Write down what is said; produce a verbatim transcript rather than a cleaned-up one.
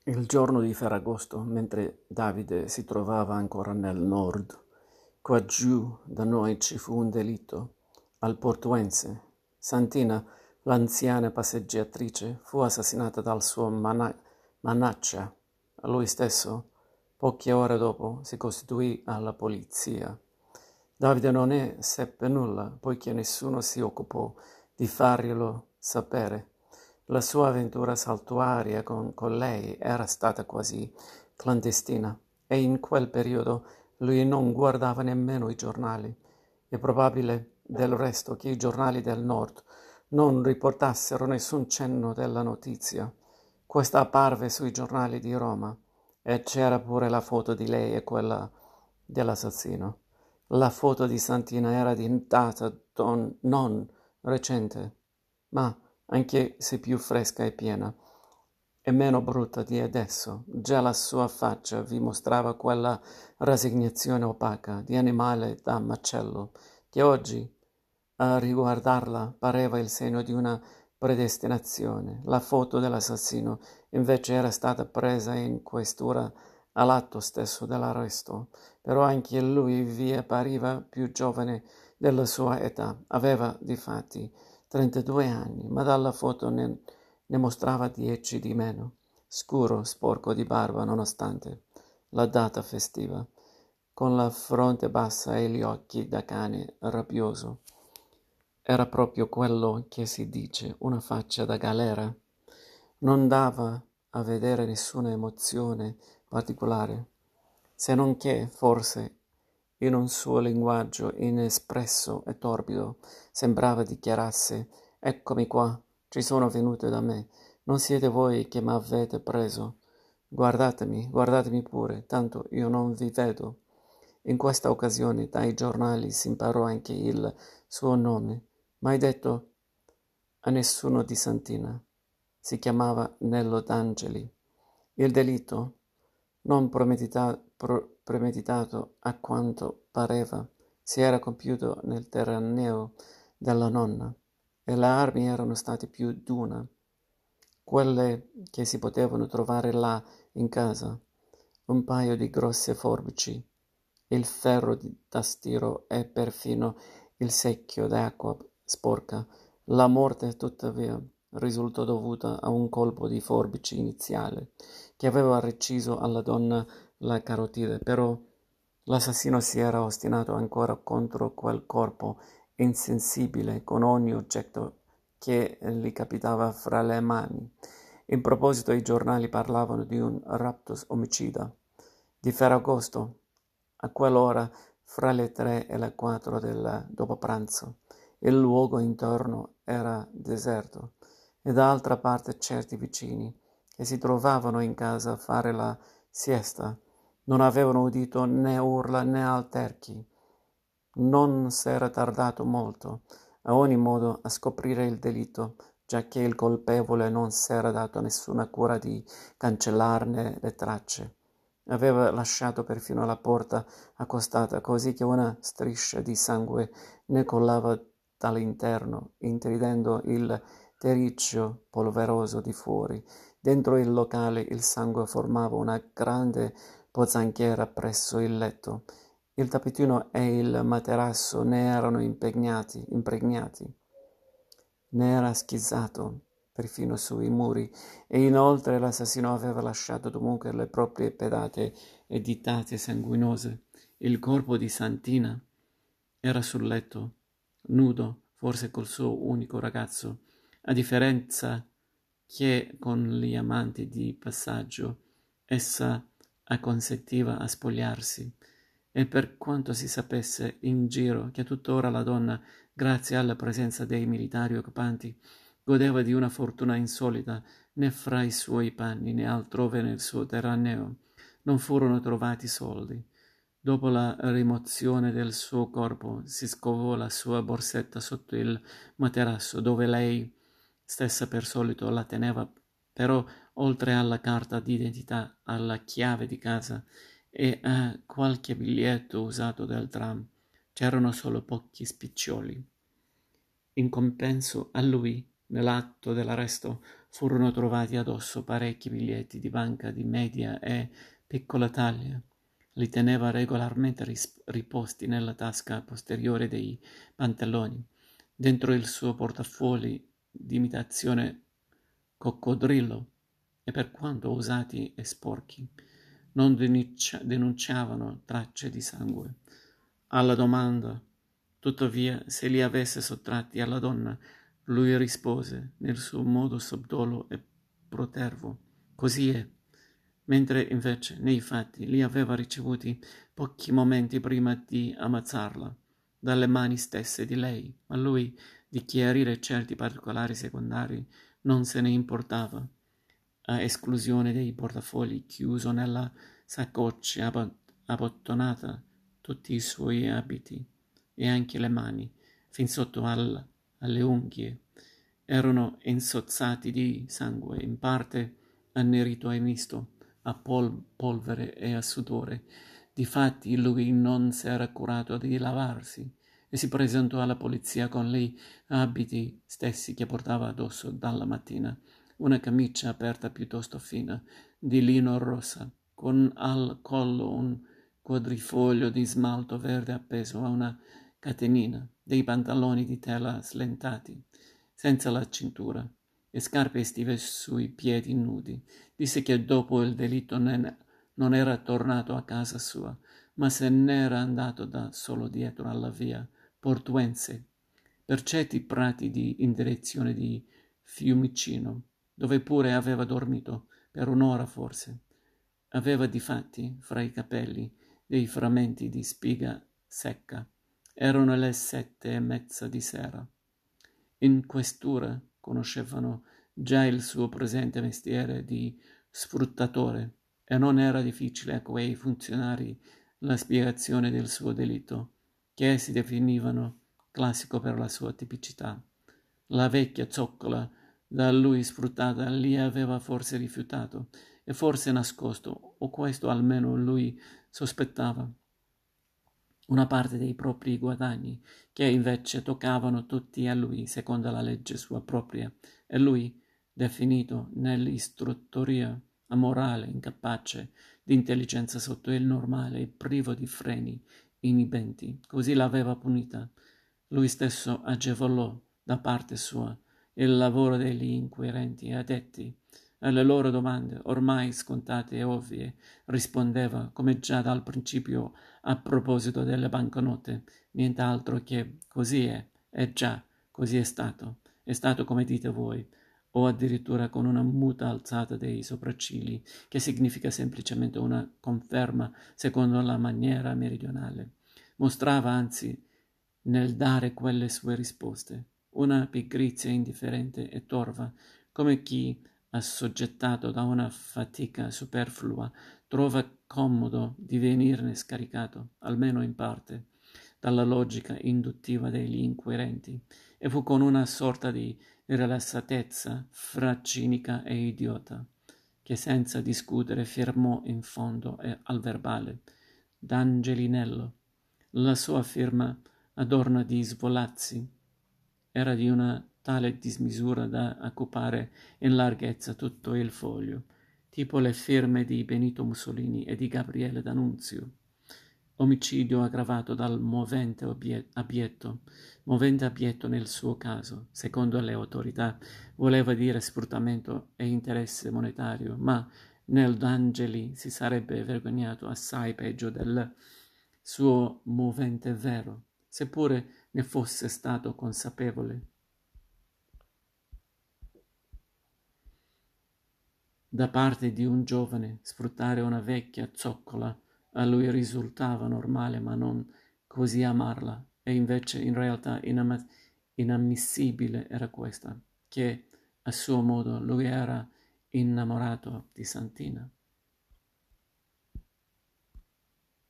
Il giorno di Ferragosto, mentre Davide si trovava ancora nel nord, quaggiù da noi ci fu un delitto. Al Portuense, Santina, l'anziana passeggiatrice, fu assassinata dal suo mana- manaccia. Lui stesso, poche ore dopo, si costituì alla polizia. Davide non ne seppe nulla, poiché nessuno si occupò di farglielo sapere. La sua avventura saltuaria con, con lei era stata quasi clandestina e in quel periodo lui non guardava nemmeno i giornali. È probabile del resto che i giornali del nord non riportassero nessun cenno della notizia. Questa apparve sui giornali di Roma e c'era pure la foto di lei e quella dell'assassino. La foto di Santina era di data don- non recente, ma anche se più fresca e piena, e meno brutta di adesso. Già la sua faccia vi mostrava quella rassegnazione opaca di animale da macello, che oggi, a riguardarla, pareva il segno di una predestinazione. La foto dell'assassino, invece, era stata presa in questura all'atto stesso dell'arresto, però anche lui vi appariva più giovane della sua età. Aveva, difatti, trentadue anni, ma dalla foto ne, ne mostrava dieci di meno, scuro, sporco di barba nonostante la data festiva, con la fronte bassa e gli occhi da cane rabbioso. Era proprio quello che si dice una faccia da galera. Non dava a vedere nessuna emozione particolare, se non che, forse, in un suo linguaggio inespresso e torbido, sembrava dichiarasse: «Eccomi qua, ci sono venuto da me, non siete voi che m'avete preso. Guardatemi, guardatemi pure, tanto io non vi vedo». In questa occasione dai giornali si imparò anche il suo nome, mai detto a nessuno di Santina. Si chiamava Nello D'Angeli. Il delitto, non premedita- pro- premeditato a quanto pareva, si era compiuto nel terraneo della nonna, e le armi erano state più d'una, quelle che si potevano trovare là in casa, un paio di grosse forbici, il ferro di tastiero e perfino il secchio d'acqua sporca. La morte, tuttavia, risultò dovuta a un colpo di forbice iniziale, che aveva reciso alla donna la carotide, però l'assassino si era ostinato ancora contro quel corpo insensibile con ogni oggetto che gli capitava fra le mani. In proposito i giornali parlavano di un raptus omicida di Ferragosto, a quell'ora fra le tre e le quattro del dopopranzo. Il luogo intorno era deserto e d'altra parte certi vicini, che si trovavano in casa a fare la siesta, non avevano udito né urla né alterchi. Non s'era tardato molto, a ogni modo, a scoprire il delitto, giacché il colpevole non s'era dato nessuna cura di cancellarne le tracce. Aveva lasciato perfino la porta accostata, così che una striscia di sangue ne collava dall'interno, intridendo il terriccio polveroso di fuori. Dentro il locale il sangue formava una grande pozzanghera presso il letto. Il tappetino e il materasso ne erano impegnati, impregnati. Ne era schizzato perfino sui muri, e inoltre l'assassino aveva lasciato dovunque le proprie pedate e ditate sanguinose. Il corpo di Santina era sul letto, nudo, forse col suo unico ragazzo, a differenza che con gli amanti di passaggio essa acconsentiva a spogliarsi, e per quanto si sapesse in giro che tuttora la donna, grazie alla presenza dei militari occupanti, godeva di una fortuna insolita, né fra i suoi panni né altrove nel suo terraneo non furono trovati soldi. Dopo la rimozione del suo corpo si scovò la sua borsetta sotto il materasso, dove lei stessa per solito la teneva, però oltre alla carta d'identità, alla chiave di casa e a qualche biglietto usato del tram, c'erano solo pochi spiccioli. In compenso a lui Nell'atto dell'arresto furono trovati addosso parecchi biglietti di banca di media e piccola taglia. Li teneva regolarmente ris- riposti nella tasca posteriore dei pantaloni. Dentro il suo portafogli di imitazione coccodrillo, e per quanto usati e sporchi, non denuncia- denunciavano tracce di sangue. Alla domanda, tuttavia, se li avesse sottratti alla donna, lui rispose nel suo modo subdolo e protervo: così è, mentre invece nei fatti li aveva ricevuti pochi momenti prima di ammazzarla dalle mani stesse di lei, ma lui di chiarire certi particolari secondari non se ne importava, a esclusione dei portafogli chiuso nella saccoccia abbot- abbottonata, tutti i suoi abiti e anche le mani, fin sotto al- alle unghie, erano insozzati di sangue, in parte annerito e misto a pol- polvere e a sudore. Difatti lui non s'era curato di lavarsi e si presentò alla polizia con gli abiti stessi che portava addosso dalla mattina, una camicia aperta piuttosto fina, di lino rossa, con al collo un quadrifoglio di smalto verde appeso a una catenina, dei pantaloni di tela slentati, senza la cintura, e scarpe estive sui piedi nudi. Disse che dopo il delitto non era tornato a casa sua, ma se n'era andato da solo dietro alla via Portuense, per certi prati di in direzione di Fiumicino, dove pure aveva dormito per un'ora forse. Aveva difatti fra i capelli dei frammenti di spiga secca. Erano le sette e mezza di sera. In questura conoscevano già il suo presente mestiere di sfruttatore e non era difficile a quei funzionari la spiegazione del suo delitto, che essi definivano classico per la sua tipicità. La vecchia zoccola da lui sfruttata li aveva forse rifiutato e forse nascosto, o questo almeno lui sospettava, una parte dei propri guadagni, che invece toccavano tutti a lui secondo la legge sua propria, e lui, definito nell'istruttoria amorale, incapace di intelligenza sotto il normale e privo di freni inibenti, così l'aveva punita. Lui stesso agevolò, da parte sua, il lavoro degli inquirenti addetti alle loro domande, ormai scontate e ovvie, rispondeva, come già dal principio a proposito delle banconote, nient'altro che così è, è già, così è stato, è stato come dite voi, o addirittura con una muta alzata dei sopraccigli, che significa semplicemente una conferma secondo la maniera meridionale. Mostrava anzi, nel dare quelle sue risposte, una pigrizia indifferente e torva, come chi, assoggettato da una fatica superflua, trova comodo di venirne scaricato, almeno in parte, dalla logica induttiva degli inquirenti, e fu con una sorta di rilassatezza fra cinica e idiota, che senza discutere firmò in fondo al verbale d'Angelinello. La sua firma, adorna di svolazzi, era di una tale dismisura da occupare in larghezza tutto il foglio, tipo le firme di Benito Mussolini e di Gabriele D'Annunzio. Omicidio aggravato dal movente abietto, movente abietto nel suo caso, secondo le autorità, voleva dire sfruttamento e interesse monetario, ma nel D'Angeli si sarebbe vergognato assai peggio del suo movente vero, seppure ne fosse stato consapevole. Da parte di un giovane, sfruttare una vecchia zoccola a lui risultava normale, ma non così amarla, e invece in realtà inam- inammissibile era questa, che a suo modo lui era innamorato di Santina.